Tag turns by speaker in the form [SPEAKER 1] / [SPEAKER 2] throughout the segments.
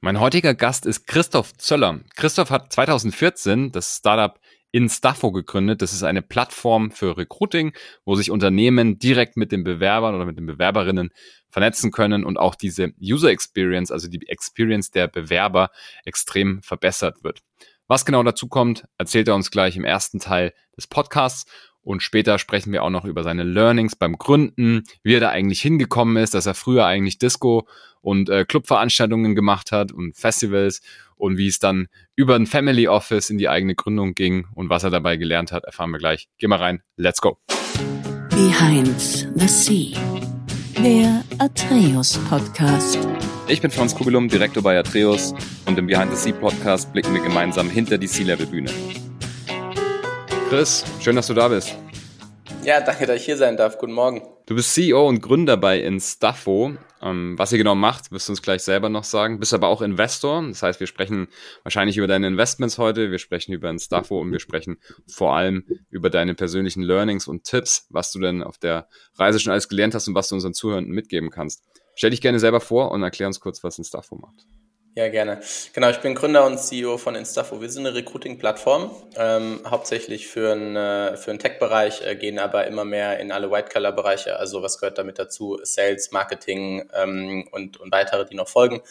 [SPEAKER 1] Mein heutiger Gast ist Christoph Zöller. Christoph hat 2014 das Startup Instaffo gegründet. Das ist eine Plattform für Recruiting, wo sich Unternehmen direkt mit den Bewerbern oder mit den Bewerberinnen vernetzen können und auch diese User Experience, also die Experience der Bewerber, extrem verbessert wird. Was genau dazu kommt, erzählt er uns gleich im ersten Teil des Podcasts. Und später sprechen wir auch noch über seine Learnings beim Gründen, wie er da eigentlich hingekommen ist, dass er früher eigentlich Disco und Clubveranstaltungen gemacht hat und Festivals und wie es dann über ein Family Office in die eigene Gründung ging und was er dabei gelernt hat, erfahren wir gleich. Geh mal rein, let's go.
[SPEAKER 2] Behind the Sea, der Atreus Podcast.
[SPEAKER 1] Ich bin Franz Kugelum, Direktor bei Atreus und im Behind the Sea Podcast blicken wir gemeinsam hinter die Sea-Level-Bühne. Chris, schön, dass du da bist.
[SPEAKER 3] Ja, danke, dass ich hier sein darf. Guten Morgen.
[SPEAKER 1] Du bist CEO und Gründer bei Instaffo. Was ihr genau macht, wirst du uns gleich selber noch sagen. Bist aber auch Investor. Das heißt, wir sprechen wahrscheinlich über deine Investments heute. Wir sprechen über Instaffo und wir sprechen vor allem über deine persönlichen Learnings und Tipps, was du denn auf der Reise schon alles gelernt hast und was du unseren Zuhörenden mitgeben kannst. Stell dich gerne selber vor und erklär uns kurz, was Instaffo macht.
[SPEAKER 3] Ja, gerne. Genau, ich bin Gründer und CEO von Instaffo. Wir sind eine Recruiting-Plattform, hauptsächlich für einen Tech-Bereich, gehen aber immer mehr in alle White-Color-Bereiche. Also was gehört damit dazu? Sales, Marketing und weitere, die noch folgen.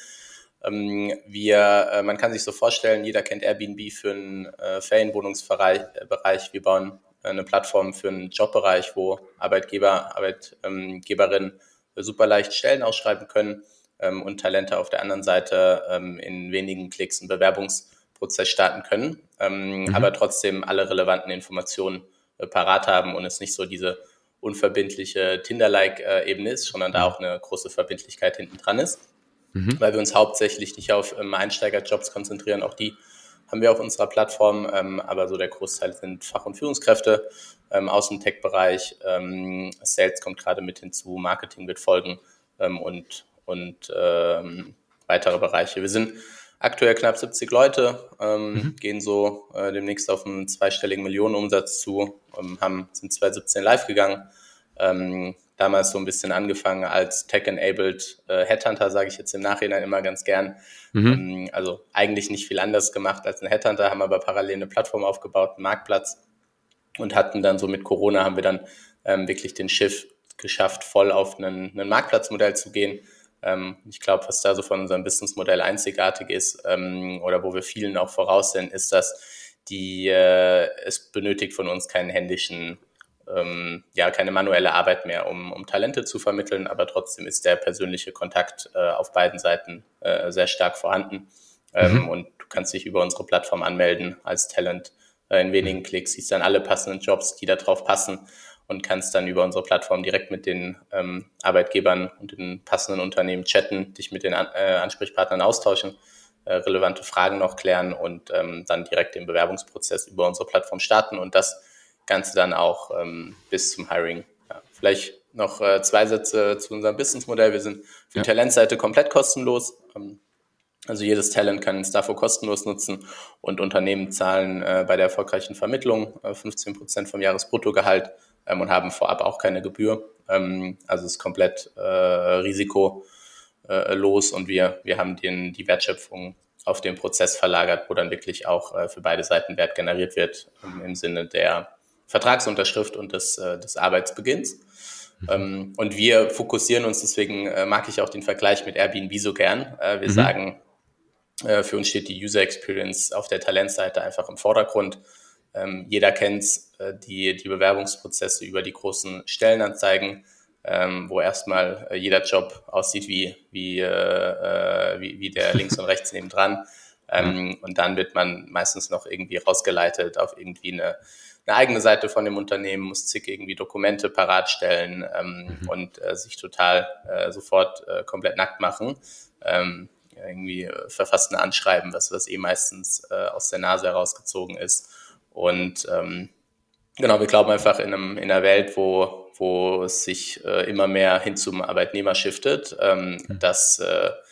[SPEAKER 3] Man kann sich so vorstellen, jeder kennt Airbnb für einen Ferienwohnungsbereich. Wir bauen eine Plattform für einen Jobbereich, wo Arbeitgeber, Arbeitgeberinnen super leicht Stellen ausschreiben können. Und Talente auf der anderen Seite in wenigen Klicks einen Bewerbungsprozess starten können, aber trotzdem alle relevanten Informationen parat haben und es nicht so diese unverbindliche Tinder-like-Ebene ist, sondern da auch eine große Verbindlichkeit hinten dran ist, weil wir uns hauptsächlich nicht auf Einsteigerjobs konzentrieren. Auch die haben wir auf unserer Plattform, aber so der Großteil sind Fach- und Führungskräfte aus dem Tech-Bereich. Sales kommt gerade mit hinzu, Marketing wird folgen und weitere Bereiche. Wir sind aktuell knapp 70 Leute, gehen so demnächst auf einen zweistelligen Millionenumsatz zu, sind 2017 live gegangen. Damals so ein bisschen angefangen als Tech-enabled Headhunter, sage ich jetzt im Nachhinein immer ganz gern. Also eigentlich nicht viel anders gemacht als ein Headhunter, haben aber parallel eine Plattform aufgebaut, einen Marktplatz und hatten dann so mit Corona haben wir dann wirklich den Shift geschafft, voll auf ein Marktplatzmodell zu gehen. Ich glaube, was da so von unserem Businessmodell einzigartig ist oder wo wir vielen auch voraus sind, ist, dass es benötigt von uns keinen händischen, keine manuelle Arbeit mehr, um Talente zu vermitteln, aber trotzdem ist der persönliche Kontakt auf beiden Seiten sehr stark vorhanden und du kannst dich über unsere Plattform anmelden als Talent in wenigen Klicks, siehst dann alle passenden Jobs, die da drauf passen und kannst dann über unsere Plattform direkt mit den Arbeitgebern und den passenden Unternehmen chatten, dich mit den Ansprechpartnern austauschen, relevante Fragen noch klären und dann direkt den Bewerbungsprozess über unsere Plattform starten und das Ganze dann auch bis zum Hiring. Ja, vielleicht noch 2 Sätze zu unserem Businessmodell. Wir sind für die Talentseite komplett kostenlos. Also jedes Talent kann Instaffo kostenlos nutzen und Unternehmen zahlen bei der erfolgreichen Vermittlung 15% vom Jahresbruttogehalt und haben vorab auch keine Gebühr. Also es ist komplett risikolos und wir haben die Wertschöpfung auf den Prozess verlagert, wo dann wirklich auch für beide Seiten Wert generiert wird im Sinne der Vertragsunterschrift und des Arbeitsbeginns. Und wir fokussieren uns, deswegen mag ich auch den Vergleich mit Airbnb so gern. Wir sagen, für uns steht die User Experience auf der Talentseite einfach im Vordergrund. Jeder kennt die Bewerbungsprozesse über die großen Stellenanzeigen, wo erstmal jeder Job aussieht wie der links und rechts nebendran. Und dann wird man meistens noch irgendwie rausgeleitet auf irgendwie eine eigene Seite von dem Unternehmen, muss zig irgendwie Dokumente parat stellen und sich total sofort komplett nackt machen. Irgendwie verfasst ein Anschreiben, was meistens aus der Nase herausgezogen ist. Und genau, wir glauben einfach in einer Welt, wo es sich immer mehr hin zum Arbeitnehmer shiftet, dass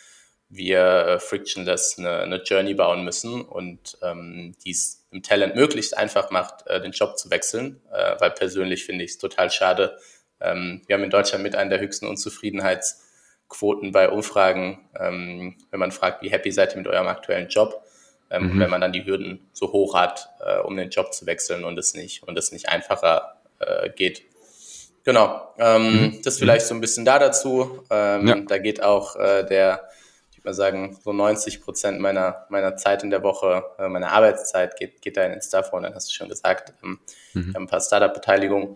[SPEAKER 3] wir frictionless eine Journey bauen müssen und die es im Talent möglichst einfach macht, den Job zu wechseln, weil persönlich finde ich es total schade. Wir haben in Deutschland mit einer der höchsten Unzufriedenheitsraten Quoten bei Umfragen, wenn man fragt, wie happy seid ihr mit eurem aktuellen Job, und wenn man dann die Hürden so hoch hat, um den Job zu wechseln und es nicht einfacher geht. Genau, das vielleicht so ein bisschen dazu. Da geht auch ich würde mal sagen, so 90% meiner Zeit in der Woche, meiner Arbeitszeit geht da in den Instafo, dann hast du schon gesagt, wir haben ein paar Startup-Beteiligungen,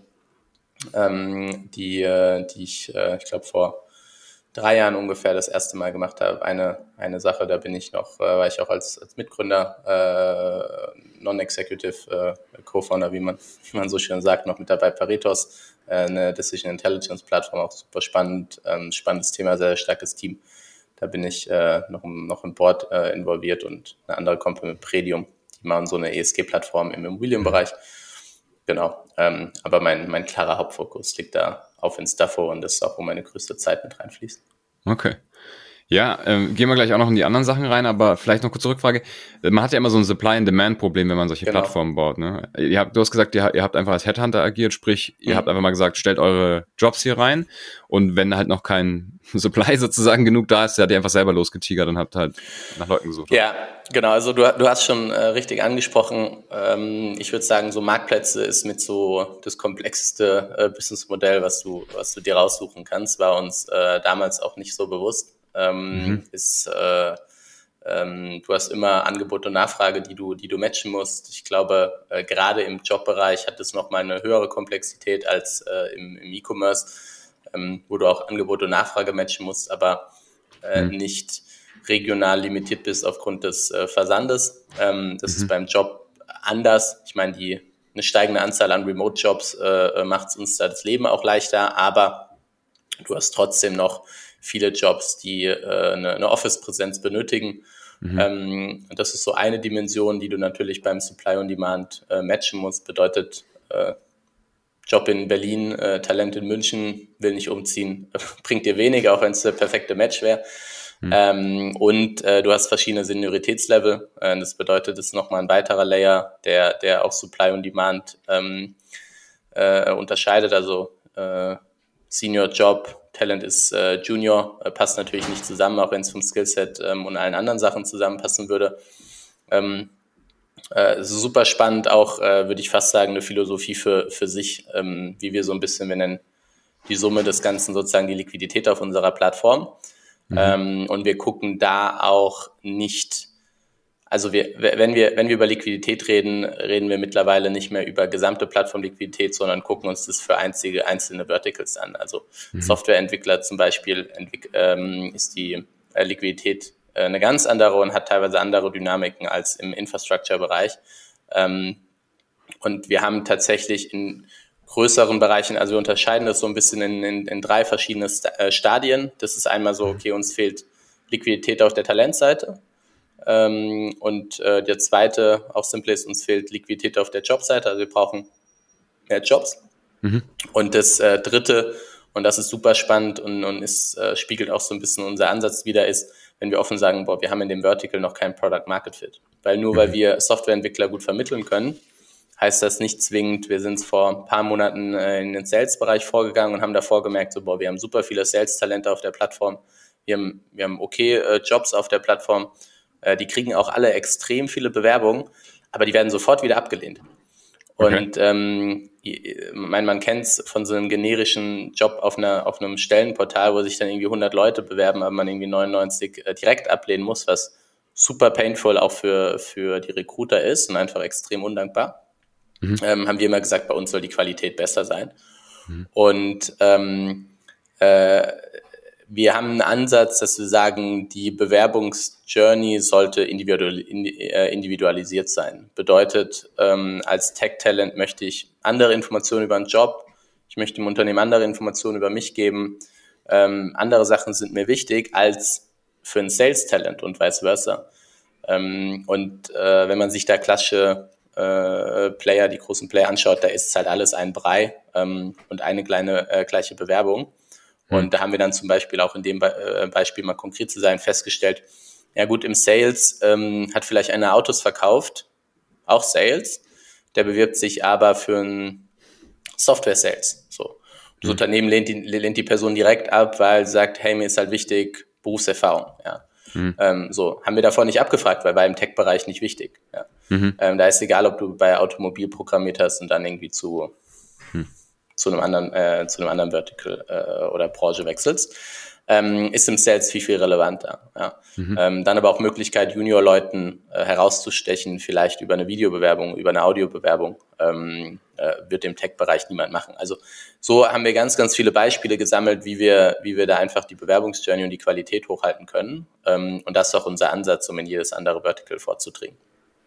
[SPEAKER 3] die ich glaube vor 3 Jahren ungefähr das erste Mal gemacht habe. Eine Sache, da war ich auch als Mitgründer, Non-Executive Co-Founder, wie man so schön sagt, noch mit dabei, Paretos, eine Decision Intelligence Plattform, auch super spannend, spannendes Thema, sehr, sehr starkes Team. Da bin ich noch im Board involviert und eine andere Company mit Predium, die machen so eine ESG-Plattform im Immobilienbereich. Genau, aber mein klarer Hauptfokus liegt da auf Instafo und das ist auch, wo meine größte Zeit mit reinfließt.
[SPEAKER 1] Okay. Ja, gehen wir gleich auch noch in die anderen Sachen rein, aber vielleicht noch kurz Rückfrage. Man hat ja immer so ein Supply-and-Demand-Problem, wenn man solche Plattformen baut. Ne? Du hast gesagt, ihr habt einfach als Headhunter agiert, sprich, ihr habt einfach mal gesagt, stellt eure Jobs hier rein und wenn halt noch kein Supply sozusagen genug da ist, seid ihr einfach selber losgetigert und habt halt nach Leuten gesucht.
[SPEAKER 3] Ja, genau, also du hast schon richtig angesprochen. Ich würde sagen, so Marktplätze ist mit so das komplexeste Businessmodell, was du dir raussuchen kannst, war uns damals auch nicht so bewusst. Du hast immer Angebot und Nachfrage, die du matchen musst. Ich glaube, gerade im Jobbereich hat es nochmal eine höhere Komplexität als im E-Commerce, wo du auch Angebot und Nachfrage matchen musst, aber nicht regional limitiert bist aufgrund des Versandes. Das ist beim Job anders. Ich meine, eine steigende Anzahl an Remote-Jobs macht uns da das Leben auch leichter, aber du hast trotzdem noch viele Jobs, die eine Office-Präsenz benötigen. Das ist so eine Dimension, die du natürlich beim Supply on Demand matchen musst. Bedeutet, Job in Berlin, Talent in München, will nicht umziehen, bringt dir weniger, auch wenn es der perfekte Match wäre. Und du hast verschiedene Senioritätslevel. Das bedeutet, es ist nochmal ein weiterer Layer, der auch Supply on Demand unterscheidet. Also Senior Job, Talent ist Junior, passt natürlich nicht zusammen, auch wenn es vom Skillset und allen anderen Sachen zusammenpassen würde. Super spannend, auch würde ich fast sagen, eine Philosophie für sich, wie wir so ein bisschen, wir nennen die Summe des Ganzen sozusagen die Liquidität auf unserer Plattform. Und wir gucken da auch nicht, also wenn wir über Liquidität reden wir mittlerweile nicht mehr über gesamte Plattformliquidität, sondern gucken uns das für einzelne Verticals an. Also Softwareentwickler zum Beispiel ist die Liquidität eine ganz andere und hat teilweise andere Dynamiken als im Infrastructure-Bereich. Und wir haben tatsächlich in größeren Bereichen, also wir unterscheiden das so ein bisschen in 3 verschiedene Stadien. Das ist einmal so, okay, uns fehlt Liquidität auf der Talentseite. Und der zweite, auch simpel ist, uns fehlt Liquidität auf der Jobseite, also wir brauchen mehr Jobs. Und das dritte, und das ist super spannend und spiegelt auch so ein bisschen unser Ansatz wider, ist, wenn wir offen sagen, wir haben in dem Vertical noch kein Product Market Fit. Weil nur weil wir Softwareentwickler gut vermitteln können, heißt das nicht zwingend, wir sind vor ein paar Monaten in den Sales-Bereich vorgegangen und haben davor gemerkt, wir haben super viele Sales-Talente auf der Plattform, wir haben okay Jobs auf der Plattform, die kriegen auch alle extrem viele Bewerbungen, aber die werden sofort wieder abgelehnt. Okay. Und man kennt es von so einem generischen Job auf einem Stellenportal, wo sich dann irgendwie 100 Leute bewerben, aber man irgendwie 99 direkt ablehnen muss, was super painful auch für die Recruiter ist und einfach extrem undankbar. Haben wir immer gesagt, bei uns soll die Qualität besser sein. Und wir haben einen Ansatz, dass wir sagen, die Bewerbungsjourney sollte individualisiert sein. Bedeutet, als Tech-Talent möchte ich andere Informationen über einen Job, ich möchte dem Unternehmen andere Informationen über mich geben. Andere Sachen sind mir wichtig als für ein Sales-Talent und vice versa. Wenn man sich da klassische die großen Player anschaut, da ist es halt alles ein Brei und eine kleine gleiche Bewerbung. Und da haben wir dann zum Beispiel auch in dem Beispiel mal konkret zu sein festgestellt, ja gut, im Sales hat vielleicht einer Autos verkauft, auch Sales, der bewirbt sich aber für ein Software-Sales. So. Das Unternehmen lehnt die Person direkt ab, weil sagt, hey, mir ist halt wichtig Berufserfahrung. Ja. So haben wir davor nicht abgefragt, weil war im Tech-Bereich nicht wichtig. Ja. Da ist egal, ob du bei Automobil programmiert hast und dann irgendwie zu einem anderen Vertical oder Branche wechselst. Ist im Sales viel relevanter. Ja. Dann aber auch Möglichkeit, Junior-Leuten herauszustechen, vielleicht über eine Videobewerbung, über eine Audiobewerbung, wird im Tech-Bereich niemand machen. Also so haben wir ganz, ganz viele Beispiele gesammelt, wie wir da einfach die Bewerbungsjourney und die Qualität hochhalten können. Und das ist auch unser Ansatz, um in jedes andere Vertical vorzudringen.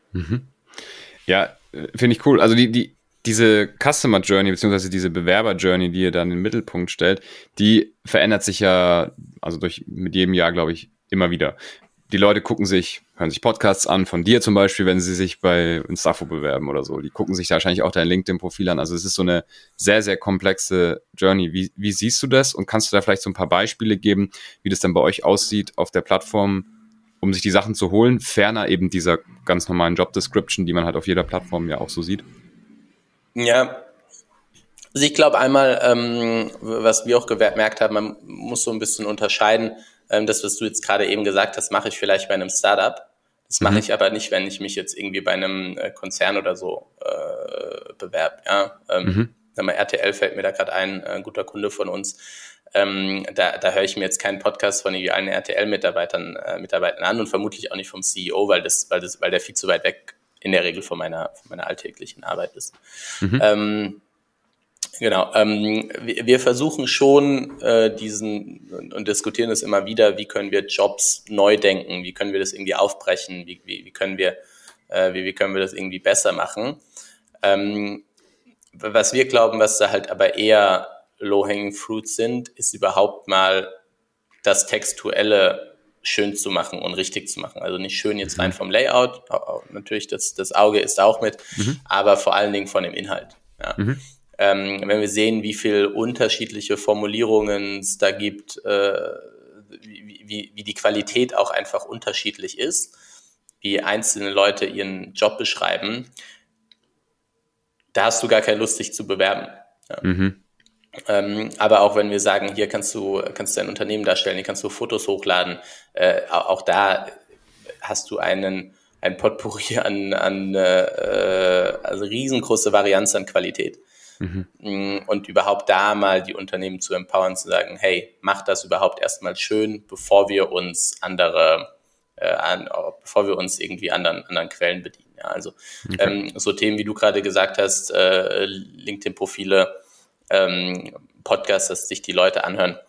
[SPEAKER 1] Ja, finde ich cool. Also diese Customer Journey beziehungsweise diese Bewerber Journey, die ihr dann in den Mittelpunkt stellt, die verändert sich ja also mit jedem Jahr, glaube ich, immer wieder. Die Leute hören sich Podcasts an, von dir zum Beispiel, wenn sie sich bei Instafo bewerben oder so. Die gucken sich da wahrscheinlich auch dein LinkedIn-Profil an. Also es ist so eine sehr, sehr komplexe Journey. Wie siehst du das? Und kannst du da vielleicht so ein paar Beispiele geben, wie das dann bei euch aussieht auf der Plattform, um sich die Sachen zu holen, ferner eben dieser ganz normalen Job-Description, die man halt auf jeder Plattform ja auch so sieht?
[SPEAKER 3] Ja, also ich glaube einmal, was wir auch gemerkt haben, man muss so ein bisschen unterscheiden, das, was du jetzt gerade eben gesagt hast, mache ich vielleicht bei einem Startup. Das mache ich aber nicht, wenn ich mich jetzt irgendwie bei einem Konzern oder so bewerbe. Ja? RTL fällt mir da gerade ein guter Kunde von uns. Da höre ich mir jetzt keinen Podcast von irgendwie allen RTL-Mitarbeitern an und vermutlich auch nicht vom CEO, weil der viel zu weit weg in der Regel von meiner alltäglichen Arbeit ist. Wir versuchen schon und diskutieren es immer wieder, wie können wir Jobs neu denken, wie können wir das irgendwie aufbrechen, wie können wir das irgendwie besser machen. Was wir glauben, was da halt aber eher low-hanging fruits sind, ist überhaupt mal das Textuelle schön zu machen und richtig zu machen. Also nicht schön jetzt rein vom Layout, natürlich das Auge ist auch mit, aber vor allen Dingen von dem Inhalt. Ja. Wenn wir sehen, wie viel unterschiedliche Formulierungen es da gibt, wie die Qualität auch einfach unterschiedlich ist, wie einzelne Leute ihren Job beschreiben, da hast du gar keine Lust, dich zu bewerben. Ja. Aber auch wenn wir sagen, hier kannst du dein Unternehmen darstellen, hier kannst du Fotos hochladen, auch da hast du ein Potpourri also riesengroße Varianz an Qualität. Und überhaupt da mal die Unternehmen zu empowern, zu sagen, hey, mach das überhaupt erstmal schön, bevor wir uns irgendwie anderen Quellen bedienen. Ja, also so Themen, wie du gerade gesagt hast, LinkedIn-Profile, Podcasts, dass sich die Leute anhören,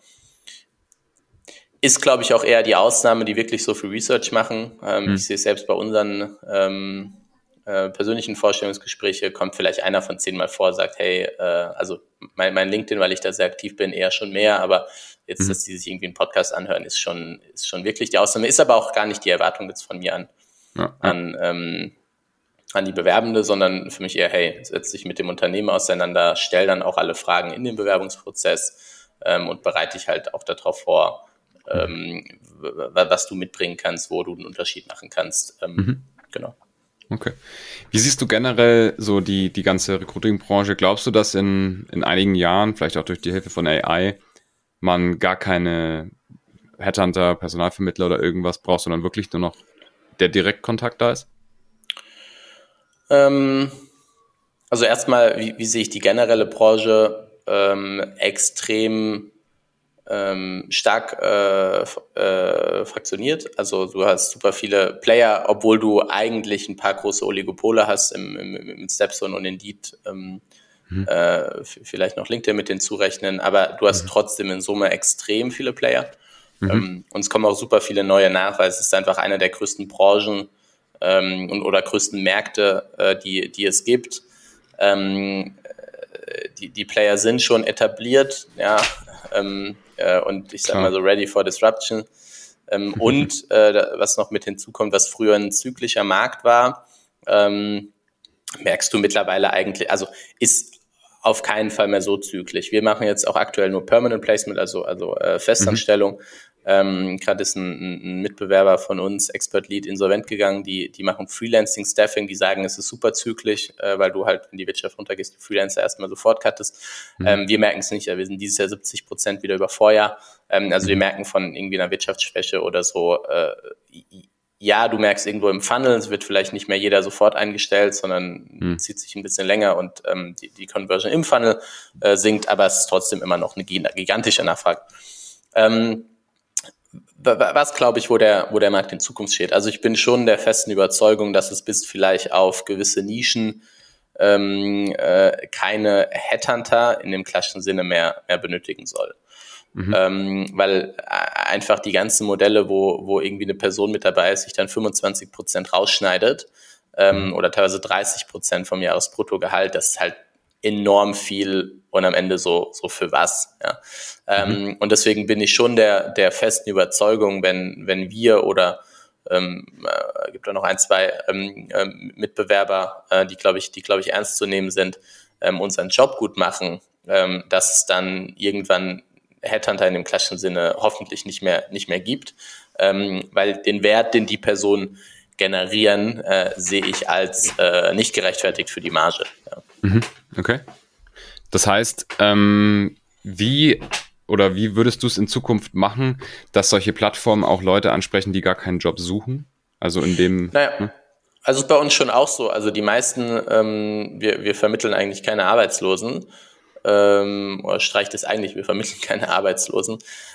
[SPEAKER 3] ist, glaube ich, auch eher die Ausnahme, die wirklich so viel Research machen. Ich sehe es selbst bei unseren persönlichen Vorstellungsgespräche, kommt vielleicht einer von 10 Mal vor, sagt, hey, also mein LinkedIn, weil ich da sehr aktiv bin, eher schon mehr, aber jetzt, dass die sich irgendwie einen Podcast anhören, ist schon wirklich die Ausnahme, ist aber auch gar nicht die Erwartung jetzt von mir an die Bewerbende, sondern für mich eher, hey, setz dich mit dem Unternehmen auseinander, stell dann auch alle Fragen in den Bewerbungsprozess und bereite dich halt auch darauf vor, was du mitbringen kannst, wo du einen Unterschied machen kannst. Genau.
[SPEAKER 1] Okay. Wie siehst du generell so die ganze Recruiting-Branche? Glaubst du, dass in einigen Jahren, vielleicht auch durch die Hilfe von AI, man gar keine Headhunter, Personalvermittler oder irgendwas braucht, sondern wirklich nur noch der Direktkontakt da ist?
[SPEAKER 3] Also erstmal, wie sehe ich die generelle Branche? Extrem stark fraktioniert. Also du hast super viele Player, obwohl du eigentlich ein paar große Oligopole hast im Stepstone und Indeed, vielleicht noch LinkedIn mit hinzurechnen, aber du hast trotzdem in Summe extrem viele Player. Und es kommen auch super viele neue nach, weil es ist einfach eine der größten Branchen oder größten Märkte, die es gibt. Die Player sind schon etabliert, ja, und ich sag mal so ready for disruption. Und was noch mit hinzukommt, was früher ein zyklischer Markt war, merkst du mittlerweile eigentlich, also ist auf keinen Fall mehr so zyklisch. Wir machen jetzt auch aktuell nur Permanent Placement, also Festanstellung. Gerade ist ein Mitbewerber von uns, Expert Lead, insolvent gegangen. Die machen Freelancing, Staffing, die sagen, es ist super zyklisch, weil du halt, wenn die Wirtschaft runtergehst, die Freelancer erstmal sofort cuttest. Wir merken es nicht, wir sind dieses Jahr 70% wieder über Vorjahr. Wir merken von irgendwie einer Wirtschaftsschwäche oder so, ja, du merkst irgendwo im Funnel, es wird vielleicht nicht mehr jeder sofort eingestellt, sondern zieht sich ein bisschen länger und die Conversion im Funnel sinkt, aber es ist trotzdem immer noch eine gigantische Nachfrage. Was glaube ich, wo der Markt in Zukunft steht? Also ich bin schon der festen Überzeugung, dass es bis vielleicht auf gewisse Nischen keine Headhunter in dem klassischen Sinne mehr benötigen soll. Weil einfach die ganzen Modelle, wo irgendwie eine Person mit dabei ist, sich dann 25% rausschneidet oder teilweise 30% vom Jahresbruttogehalt, das ist halt enorm viel und am Ende so für was. Ja. Und deswegen bin ich schon der festen Überzeugung, wenn wir oder gibt da noch ein, zwei Mitbewerber, die glaube ich ernst zu nehmen sind, unseren Job gut machen, dass es dann irgendwann Headhunter in dem klassischen Sinne hoffentlich nicht mehr gibt, weil den Wert, den die Personen generieren, sehe ich als nicht gerechtfertigt für die Marge. Ja.
[SPEAKER 1] Okay. Das heißt, wie würdest du es in Zukunft machen, dass solche Plattformen auch Leute ansprechen, die gar keinen Job suchen? Also in dem...
[SPEAKER 3] Also ist bei uns schon auch so. Also die meisten, wir vermitteln eigentlich keine Arbeitslosen. Oder streicht es eigentlich, wir vermitteln keine Arbeitslosen.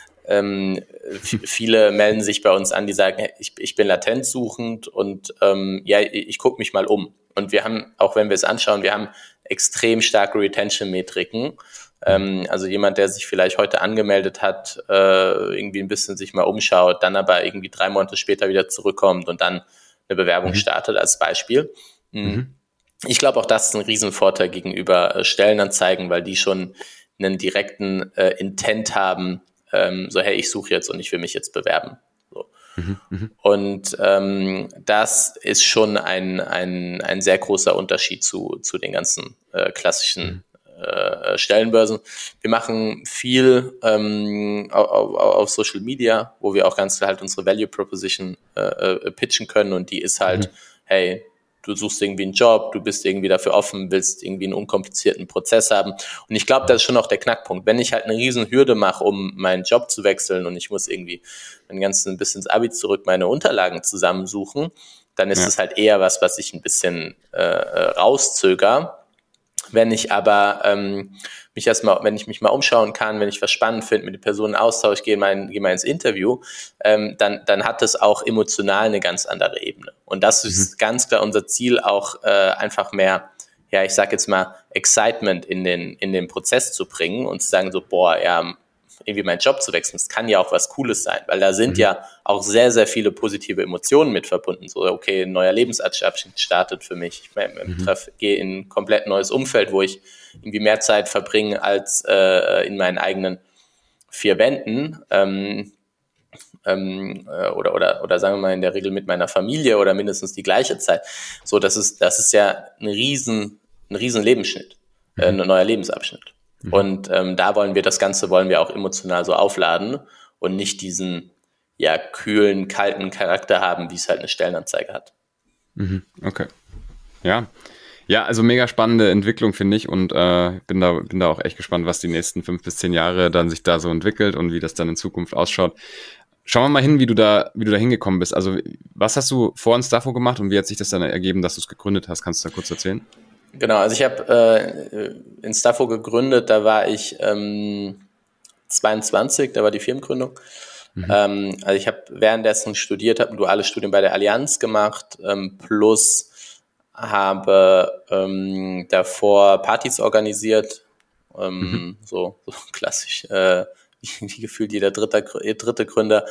[SPEAKER 3] Viele melden sich bei uns an, die sagen, hey, ich bin latent suchend und ich gucke mich mal um. Und wir haben, auch wenn wir es anschauen, wir haben extrem starke Retention-Metriken. Also jemand, der sich vielleicht heute angemeldet hat, irgendwie ein bisschen sich mal umschaut, dann aber irgendwie 3 Monate später wieder zurückkommt und dann eine Bewerbung startet als Beispiel. Ich glaube, auch das ist ein Riesenvorteil gegenüber Stellenanzeigen, weil die schon einen direkten Intent haben, so, hey, ich suche jetzt und ich will mich jetzt bewerben. So. Und das ist schon ein sehr großer Unterschied zu den ganzen klassischen Stellenbörsen. Wir machen viel auf Social Media, wo wir auch ganz klar halt unsere Value Proposition pitchen können und die ist halt, hey, du suchst irgendwie einen Job, du bist irgendwie dafür offen, willst irgendwie einen unkomplizierten Prozess haben. Und ich glaube, das ist schon auch der Knackpunkt. Wenn ich halt eine riesen Hürde mache, um meinen Job zu wechseln und ich muss irgendwie bis ins Abi zurück meine Unterlagen zusammensuchen, dann ist es halt eher was ich ein bisschen rauszöger. Wenn ich aber wenn ich mich mal umschauen kann, wenn ich was spannend finde, mit den Personen austausch, gehe mal ins Interview, dann hat das auch emotional eine ganz andere Ebene. Und das ist ganz klar unser Ziel, auch einfach mehr, ja, ich sag jetzt mal, Excitement in den Prozess zu bringen und zu sagen so, boah, ja, irgendwie meinen Job zu wechseln, das kann ja auch was Cooles sein, weil da sind ja auch sehr, sehr viele positive Emotionen mit verbunden. So, okay, ein neuer Lebensabschnitt startet für mich. Ich gehe in ein komplett neues Umfeld, wo ich irgendwie mehr Zeit verbringe als in meinen eigenen 4 Wänden. Oder sagen wir mal in der Regel mit meiner Familie oder mindestens die gleiche Zeit. So, das ist ja ein riesen Lebensschnitt, ein neuer Lebensabschnitt. Und da wollen wir auch emotional so aufladen und nicht diesen kühlen, kalten Charakter haben, wie es halt eine Stellenanzeige hat.
[SPEAKER 1] Okay. Ja, also mega spannende Entwicklung, finde ich, und bin da auch echt gespannt, was die nächsten 5 bis 10 Jahre dann sich da so entwickelt und wie das dann in Zukunft ausschaut. Schauen wir mal hin, wie du da hingekommen bist. Also was hast du vor Instafo gemacht und wie hat sich das dann ergeben, dass du es gegründet hast? Kannst du da kurz erzählen?
[SPEAKER 3] Genau, also ich habe Instafo gegründet, da war ich 22, da war die Firmengründung. Also ich habe währenddessen studiert, habe ein duales Studium bei der Allianz gemacht, plus habe davor Partys organisiert, so klassisch, wie gefühlt jeder dritte Gründer,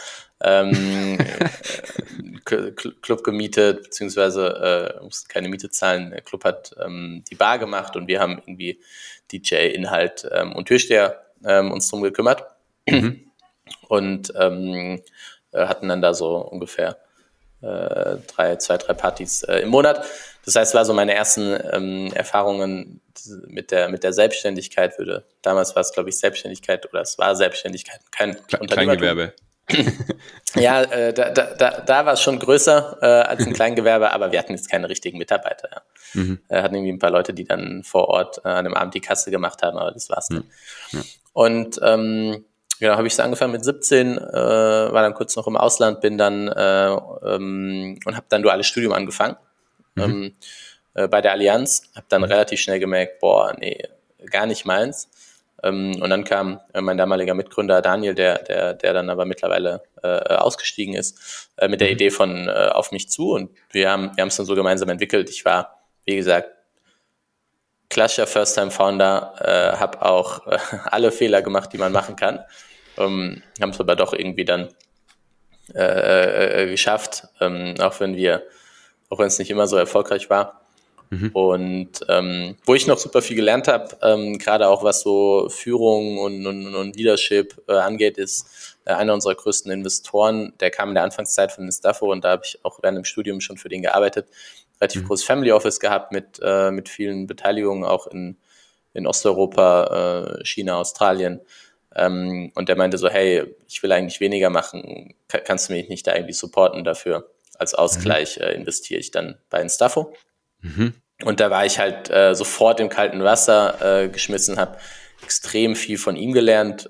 [SPEAKER 3] Club gemietet, beziehungsweise mussten keine Miete zahlen. Der Club hat die Bar gemacht und wir haben irgendwie DJ-Inhalt und Türsteher uns drum gekümmert und hatten dann da so ungefähr 3 Partys im Monat. Das heißt, es war so meine ersten Erfahrungen mit der Selbstständigkeit. Damals war es, glaube ich, Selbstständigkeit oder es war Selbstständigkeit, kein Unternehmertum.
[SPEAKER 1] Kleingewerbe.
[SPEAKER 3] Ja, da war es schon größer als ein Kleingewerbe, aber wir hatten jetzt keine richtigen Mitarbeiter. Ja. Hatten irgendwie ein paar Leute, die dann vor Ort an dem Abend die Kasse gemacht haben, aber das war's dann.
[SPEAKER 1] Ja.
[SPEAKER 3] Und genau, habe ich so angefangen mit 17, war dann kurz noch im Ausland, bin dann und habe dann duales Studium angefangen bei der Allianz, habe dann relativ schnell gemerkt, boah, nee, gar nicht meins. Und dann kam mein damaliger Mitgründer Daniel, der dann aber mittlerweile ausgestiegen ist, mit der Idee von auf mich zu, und wir haben es dann so gemeinsam entwickelt. Ich war, wie gesagt, klassischer First-Time-Founder, habe auch alle Fehler gemacht, die man machen kann, haben es aber doch irgendwie dann geschafft, auch wenn es nicht immer so erfolgreich war. Und wo ich noch super viel gelernt habe, gerade auch was so Führung und Leadership angeht, ist einer unserer größten Investoren, der kam in der Anfangszeit von Instafo, und da habe ich auch während dem Studium schon für den gearbeitet, relativ großes Family Office gehabt mit vielen Beteiligungen auch in Osteuropa, China, Australien. Und der meinte so, hey, ich will eigentlich weniger machen, kannst du mich nicht da irgendwie supporten dafür? Als Ausgleich investiere ich dann bei Instafo. Und da war ich halt sofort im kalten Wasser geschmissen, habe extrem viel von ihm gelernt,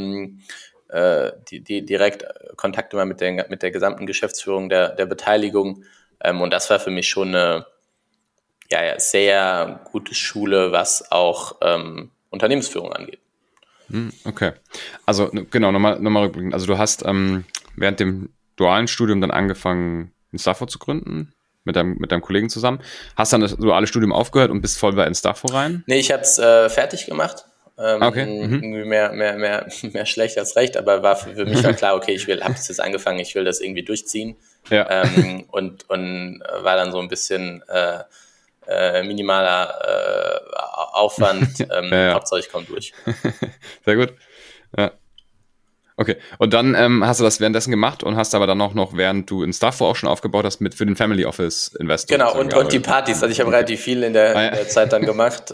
[SPEAKER 3] direkt Kontakte mal mit der gesamten Geschäftsführung der Beteiligung. Und das war für mich schon eine sehr gute Schule, was auch Unternehmensführung angeht.
[SPEAKER 1] Okay. Also genau, nochmal rückblickend. Also du hast während dem dualen Studium dann angefangen, Instafo zu gründen, mit deinem Kollegen zusammen. Hast dann das duale Studium aufgehört und bist voll bei Instafo rein?
[SPEAKER 3] Nee, ich habe es fertig gemacht.
[SPEAKER 1] Okay.
[SPEAKER 3] Irgendwie mehr schlecht als recht, aber war für mich war klar, okay, habe das jetzt angefangen, ich will das irgendwie durchziehen.
[SPEAKER 1] Ja.
[SPEAKER 3] Und war dann so ein bisschen minimaler Aufwand, Hauptsache ich komme durch.
[SPEAKER 1] Sehr gut. Ja. Okay, und dann hast du das währenddessen gemacht und hast aber dann auch noch, während du Instafo auch schon aufgebaut hast, für den Family Office Investor.
[SPEAKER 3] Genau, und die Partys. Also ich habe relativ viel in der Zeit dann gemacht.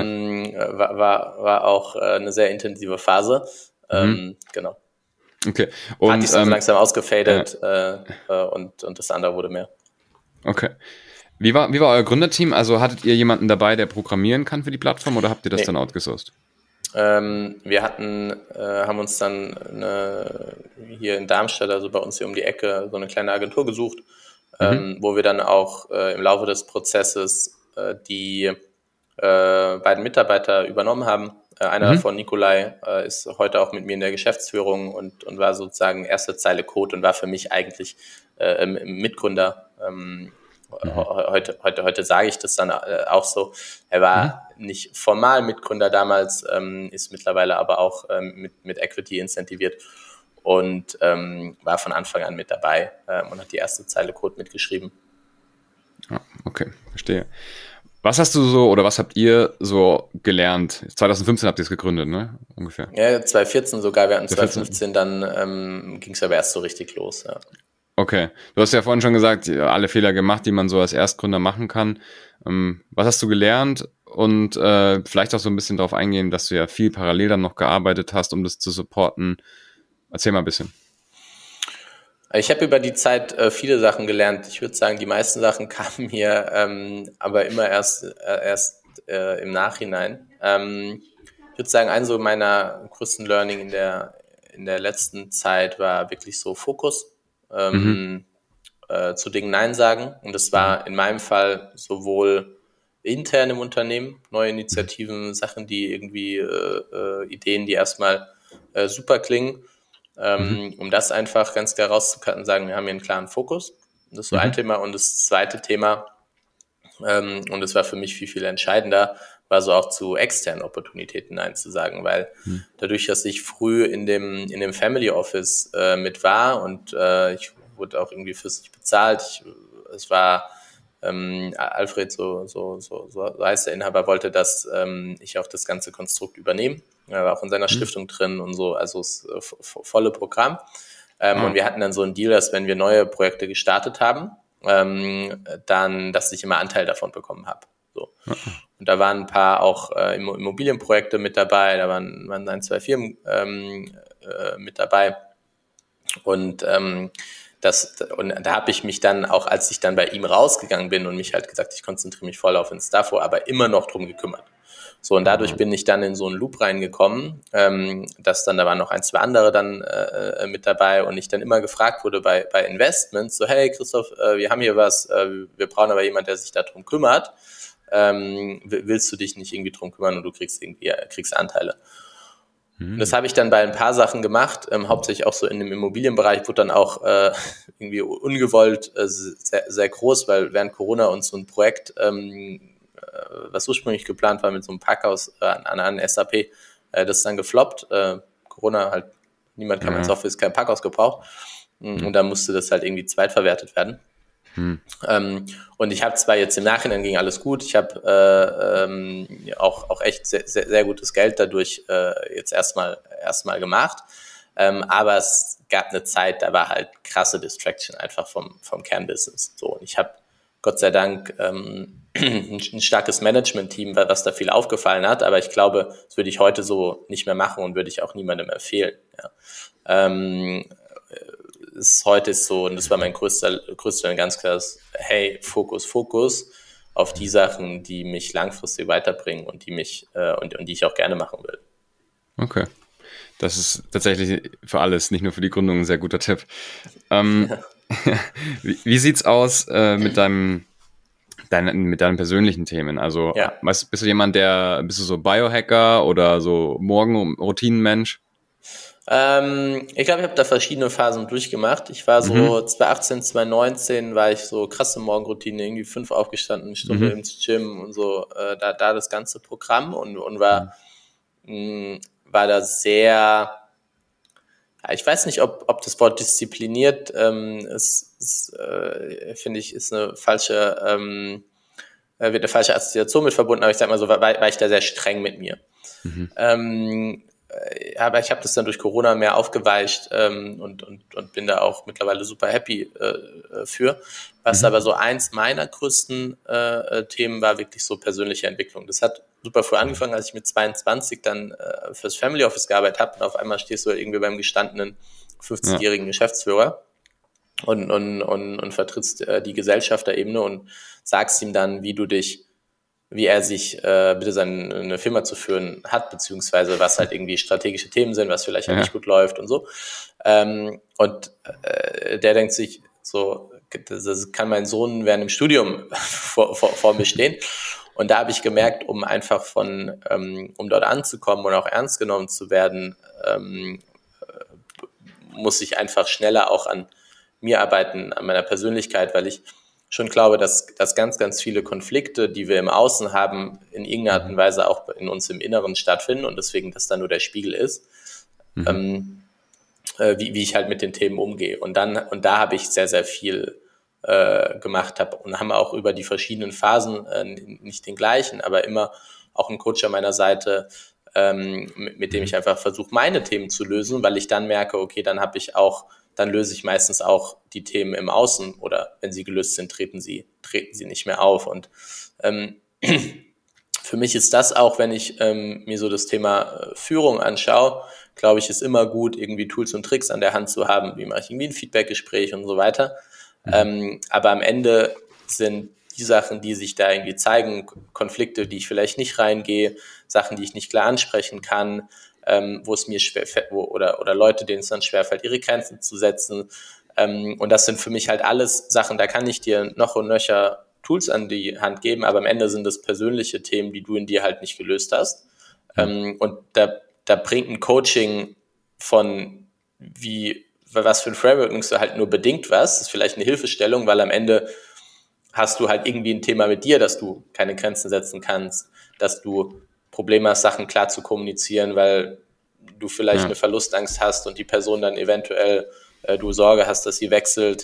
[SPEAKER 3] War auch eine sehr intensive Phase. Genau.
[SPEAKER 1] Okay.
[SPEAKER 3] Und Partys sind langsam ausgefadet und das andere wurde mehr.
[SPEAKER 1] Okay. Wie war euer Gründerteam? Also hattet ihr jemanden dabei, der programmieren kann für die Plattform, oder habt ihr das dann outgesourced?
[SPEAKER 3] Wir haben uns dann hier in Darmstadt, also bei uns hier um die Ecke, so eine kleine Agentur gesucht, wo wir dann auch im Laufe des Prozesses die beiden Mitarbeiter übernommen haben. Einer davon, Nikolai, ist heute auch mit mir in der Geschäftsführung und war sozusagen erste Zeile Code und war für mich eigentlich Mitgründer. Heute sage ich das dann auch so. Er war nicht formal Mitgründer damals, ist mittlerweile aber auch mit Equity incentiviert und war von Anfang an mit dabei und hat die erste Zeile Code mitgeschrieben.
[SPEAKER 1] Ja, okay, verstehe. Was hast du so oder was habt ihr so gelernt? 2015 habt ihr es gegründet, ne? Ungefähr.
[SPEAKER 3] Ja, 2014 sogar. Wir hatten 2015, dann ging es aber erst so richtig los, ja.
[SPEAKER 1] Okay, du hast ja vorhin schon gesagt, alle Fehler gemacht, die man so als Erstgründer machen kann. Was hast du gelernt? Und vielleicht auch so ein bisschen darauf eingehen, dass du ja viel parallel dann noch gearbeitet hast, um das zu supporten. Erzähl mal ein bisschen.
[SPEAKER 3] Ich habe über die Zeit viele Sachen gelernt. Ich würde sagen, die meisten Sachen kamen mir aber immer erst im Nachhinein. Ich würde sagen, ein so meiner größten Learning in der letzten Zeit war wirklich so Fokus. Zu Dingen Nein sagen. Und das war in meinem Fall sowohl intern im Unternehmen, neue Initiativen, Sachen, die irgendwie Ideen, die erstmal super klingen, um das einfach ganz klar rauszucutten und sagen, wir haben hier einen klaren Fokus. Das ist so ein Thema. Und das zweite Thema, und das war für mich viel, viel entscheidender, war so auch zu externen Opportunitäten Nein zu sagen, weil dadurch, dass ich früh in dem Family Office mit war und ich wurde auch irgendwie fürstlich bezahlt, es war Alfred, so heißt der Inhaber, wollte, dass ich auch das ganze Konstrukt übernehme. Er war auch in seiner Stiftung drin und so, also das volle Programm. Und wir hatten dann so einen Deal, dass wenn wir neue Projekte gestartet haben, dann, dass ich immer Anteil davon bekommen habe. So. Und da waren ein paar auch Immobilienprojekte mit dabei, da waren ein, zwei Firmen mit dabei. Und und da habe ich mich dann auch, als ich dann bei ihm rausgegangen bin und mich halt gesagt, ich konzentriere mich voll auf Instafo, aber immer noch drum gekümmert. So, und dadurch bin ich dann in so einen Loop reingekommen, da waren noch ein, zwei andere dann mit dabei und ich dann immer gefragt wurde bei Investments, so, hey Christoph, wir haben hier was, wir brauchen aber jemand, der sich darum kümmert. Willst du dich nicht irgendwie drum kümmern und du kriegst Anteile? Das habe ich dann bei ein paar Sachen gemacht, hauptsächlich auch so in dem Immobilienbereich, wurde dann auch irgendwie ungewollt sehr, sehr groß, weil während Corona uns so ein Projekt, was ursprünglich geplant war mit so einem Parkhaus an einer SAP, das ist dann gefloppt. Corona halt, niemand kam ins Office, kein Parkhaus gebraucht. Und dann musste das halt irgendwie zweitverwertet werden. Und ich habe zwar jetzt im Nachhinein ging alles gut, ich habe auch echt sehr, sehr, sehr gutes Geld dadurch jetzt erstmal gemacht, aber es gab eine Zeit, da war halt krasse Distraction einfach vom Kernbusiness. So, und ich habe Gott sei Dank ein starkes Management-Team, was da viel aufgefallen hat, aber ich glaube, das würde ich heute so nicht mehr machen und würde ich auch niemandem empfehlen. Ja. Heute ist so, und das war mein größter und ganz klares, hey, Fokus auf die Sachen, die mich langfristig weiterbringen und die mich und die ich auch gerne machen will.
[SPEAKER 1] Okay. Das ist tatsächlich für alles, nicht nur für die Gründung, ein sehr guter Tipp. Wie sieht's aus mit deinen persönlichen Themen? Also bist du jemand, bist du so Biohacker oder so Morgenroutinenmensch?
[SPEAKER 3] Ich glaube, ich habe da verschiedene Phasen durchgemacht. Ich war so 2018, 2019 war ich so krasse Morgenroutine, irgendwie 5 aufgestanden, eine Stunde ins Gym und so, da das ganze Programm und war da sehr, ich weiß nicht, ob das Wort diszipliniert finde ich, ist eine falsche, wird eine falsche Assoziation mit verbunden, aber ich sag mal so, war ich da sehr streng mit mir. Aber ich habe das dann durch Corona mehr aufgeweicht und bin da auch mittlerweile super happy für. Was aber so eins meiner größten Themen war wirklich so persönliche Entwicklung. Das hat super früh angefangen, als ich mit 22 dann fürs Family Office gearbeitet habe und auf einmal stehst du irgendwie beim gestandenen 50-jährigen Geschäftsführer und vertrittst die Gesellschafterebene und sagst ihm dann, wie er sich bitte seine Firma zu führen hat, beziehungsweise was halt irgendwie strategische Themen sind, was vielleicht halt nicht gut läuft und so. Der denkt sich so, das kann mein Sohn während dem Studium vor mir stehen. Und da habe ich gemerkt, um einfach um dort anzukommen und auch ernst genommen zu werden, muss ich einfach schneller auch an mir arbeiten, an meiner Persönlichkeit, weil ich schon glaube, dass ganz, ganz viele Konflikte, die wir im Außen haben, in irgendeiner Art und Weise auch in uns im Inneren stattfinden und deswegen, dass da nur der Spiegel ist, wie ich halt mit den Themen umgehe. Und da habe ich sehr, sehr viel gemacht und haben auch über die verschiedenen Phasen, nicht den gleichen, aber immer auch einen Coach an meiner Seite, mit dem ich einfach versuche, meine Themen zu lösen, weil ich dann merke, okay, dann löse ich meistens auch die Themen im Außen oder wenn sie gelöst sind, treten sie nicht mehr auf. Und für mich ist das auch, wenn ich mir so das Thema Führung anschaue, glaube ich, ist immer gut, irgendwie Tools und Tricks an der Hand zu haben, wie mache ich irgendwie ein Feedbackgespräch und so weiter. Aber am Ende sind die Sachen, die sich da irgendwie zeigen, Konflikte, die ich vielleicht nicht reingehe, Sachen, die ich nicht klar ansprechen kann, wo es mir schwerfällt, oder Leute, denen es dann schwerfällt, ihre Grenzen zu setzen. Und das sind für mich halt alles Sachen, da kann ich dir noch und nöcher Tools an die Hand geben, aber am Ende sind das persönliche Themen, die du in dir halt nicht gelöst hast. Und da bringt ein Coaching von was für ein Framework nimmst du halt nur bedingt was. Das ist vielleicht eine Hilfestellung, weil am Ende hast du halt irgendwie ein Thema mit dir, dass du keine Grenzen setzen kannst, dass du Probleme hast, Sachen klar zu kommunizieren, weil du vielleicht eine Verlustangst hast und die Person dann eventuell du Sorge hast, dass sie wechselt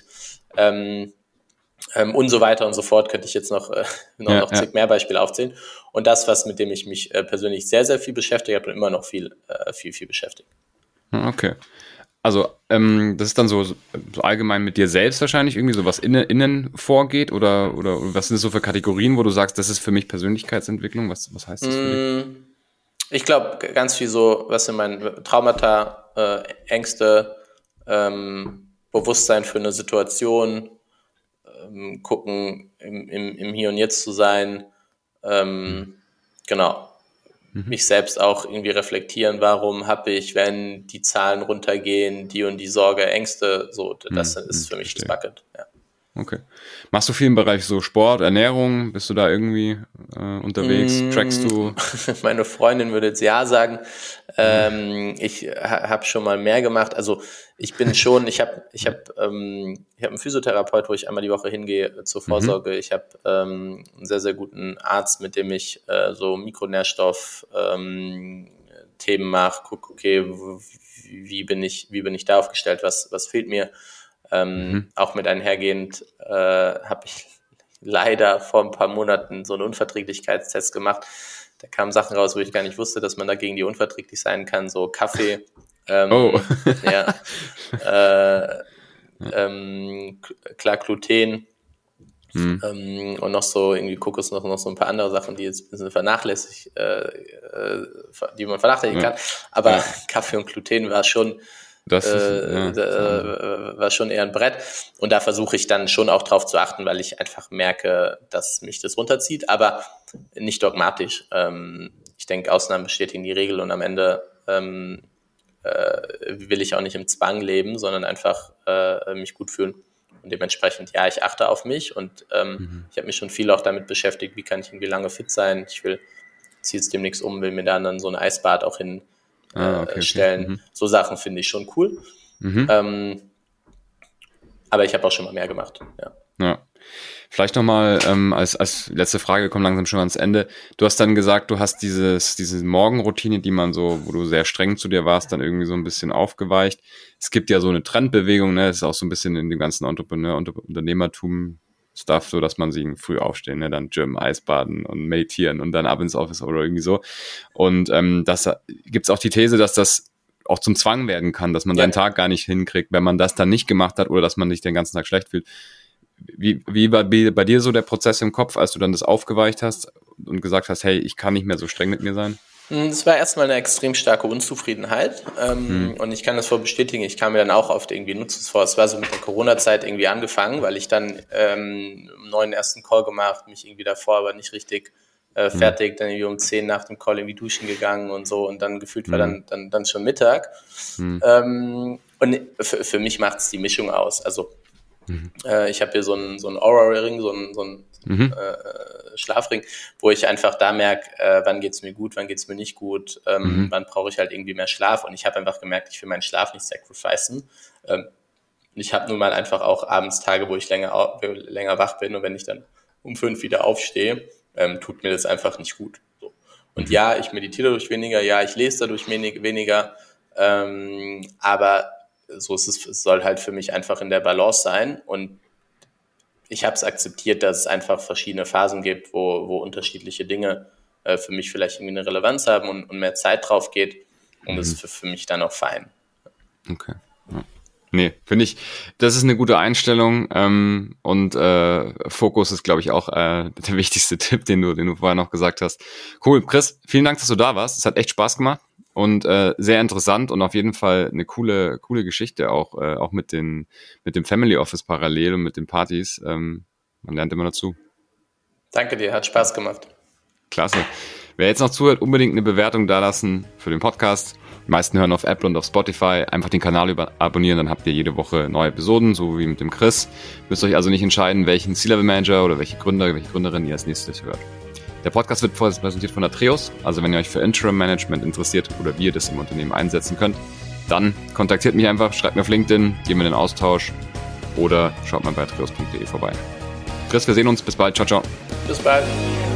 [SPEAKER 3] und so weiter und so fort, könnte ich jetzt noch zig mehr Beispiele aufzählen. Und das, mit dem ich mich persönlich sehr, sehr viel beschäftigt habe und immer noch viel beschäftigt.
[SPEAKER 1] Okay. Also das ist dann so allgemein mit dir selbst wahrscheinlich irgendwie so was innen vorgeht oder was sind das so für Kategorien, wo du sagst, das ist für mich Persönlichkeitsentwicklung? Was heißt das für dich?
[SPEAKER 3] Ich glaube, ganz viel so, was sind meine Traumata, Ängste, Bewusstsein für eine Situation, gucken, im Hier und Jetzt zu sein, genau. Mich selbst auch irgendwie reflektieren, warum habe ich, wenn die Zahlen runtergehen, die und die Sorge, Ängste, so, das ist für mich das Bucket, ja.
[SPEAKER 1] Okay. Machst du viel im Bereich so Sport, Ernährung? Bist du da irgendwie unterwegs? Trackst du?
[SPEAKER 3] Meine Freundin würde jetzt ja sagen. Ich habe schon mal mehr gemacht. Also ich bin schon, ich habe einen Physiotherapeut, wo ich einmal die Woche hingehe zur Vorsorge. Ich habe einen sehr, sehr guten Arzt, mit dem ich so Mikronährstoff Themen mache. Guck, okay, wie bin ich da aufgestellt? Was fehlt mir? Auch mit einhergehend habe ich leider vor ein paar Monaten so einen Unverträglichkeitstest gemacht. Da kamen Sachen raus, wo ich gar nicht wusste, dass man dagegen die unverträglich sein kann. So Kaffee, ja, klar Gluten und noch so irgendwie Kokos, noch so ein paar andere Sachen, die jetzt ein bisschen die man vernachlässigen kann. Aber Kaffee und Gluten war schon war schon eher ein Brett. Und da versuche ich dann schon auch drauf zu achten, weil ich einfach merke, dass mich das runterzieht, aber nicht dogmatisch. Ich denke, Ausnahmen bestätigen die Regel und am Ende will ich auch nicht im Zwang leben, sondern einfach mich gut fühlen. Und dementsprechend, ja, ich achte auf mich und ich habe mich schon viel auch damit beschäftigt, wie kann ich irgendwie lange fit sein. Ich ziehe jetzt demnächst will mir dann so ein Eisbad auch stellen. So Sachen finde ich schon cool. Aber ich habe auch schon mal mehr gemacht.
[SPEAKER 1] Ja. Vielleicht nochmal als letzte Frage, wir kommen langsam schon ans Ende. Du hast dann gesagt, du hast diese Morgenroutine, die man so, wo du sehr streng zu dir warst, dann irgendwie so ein bisschen aufgeweicht. Es gibt ja so eine Trendbewegung, ne? Das ist auch so ein bisschen in dem ganzen Unternehmertum-Stuff, so dass man sich früh aufstehen, ne? Dann Gym, Eisbaden und meditieren und dann ab ins Office oder irgendwie so. Und das gibt's auch die These, dass das auch zum Zwang werden kann, dass man seinen Tag gar nicht hinkriegt, wenn man das dann nicht gemacht hat oder dass man sich den ganzen Tag schlecht fühlt. Wie war bei dir so der Prozess im Kopf, als du dann das aufgeweicht hast und gesagt hast, hey, ich kann nicht mehr so streng mit mir sein?
[SPEAKER 3] Es war erstmal eine extrem starke Unzufriedenheit und ich kann das voll bestätigen, ich kam mir dann auch oft irgendwie nutzlos vor. Es war so mit der Corona-Zeit irgendwie angefangen, weil ich dann einen neuen ersten Call gemacht, mich irgendwie davor aber nicht richtig fertig, dann irgendwie um 10 nach dem Call irgendwie duschen gegangen und so und dann gefühlt war dann schon Mittag. Und für mich macht es die Mischung aus, also ich habe hier so einen Aura-Ring, so einen Schlafring, wo ich einfach da merke, wann geht's mir gut, wann geht's mir nicht gut, wann brauche ich halt irgendwie mehr Schlaf und ich habe einfach gemerkt, ich will meinen Schlaf nicht sacrificen. Ich habe nun mal einfach auch abends Tage, wo ich länger wach bin und wenn ich dann um 5 wieder aufstehe, tut mir das einfach nicht gut. So. Und ja, ich meditiere dadurch weniger, ja, ich lese dadurch weniger, aber so es soll halt für mich einfach in der Balance sein und ich habe es akzeptiert, dass es einfach verschiedene Phasen gibt, wo unterschiedliche Dinge für mich vielleicht irgendwie eine Relevanz haben und mehr Zeit drauf geht und das ist für mich dann auch fein.
[SPEAKER 1] Okay. Ja. Nee, finde ich, das ist eine gute Einstellung und Fokus ist, glaube ich, auch der wichtigste Tipp, den du vorher noch gesagt hast. Cool, Chris, vielen Dank, dass du da warst. Es hat echt Spaß gemacht. Und sehr interessant und auf jeden Fall eine coole Geschichte auch mit dem Family Office parallel und mit den Partys. Man lernt immer dazu.
[SPEAKER 3] Danke dir, hat Spaß gemacht.
[SPEAKER 1] Klasse. Wer jetzt noch zuhört, unbedingt eine Bewertung dalassen für den Podcast. Die meisten hören auf Apple und auf Spotify. Einfach den Kanal abonnieren, dann habt ihr jede Woche neue Episoden, so wie mit dem Chris. Müsst euch also nicht entscheiden, welchen C-Level-Manager oder welche Gründer, welche Gründerin ihr als nächstes hört. Der Podcast wird präsentiert von Atreus, also wenn ihr euch für Interim Management interessiert oder wie ihr das im Unternehmen einsetzen könnt, dann kontaktiert mich einfach, schreibt mir auf LinkedIn, gehen wir in den Austausch oder schaut mal bei atreus.de vorbei. Chris, wir sehen uns, bis bald, ciao, ciao.
[SPEAKER 3] Bis bald.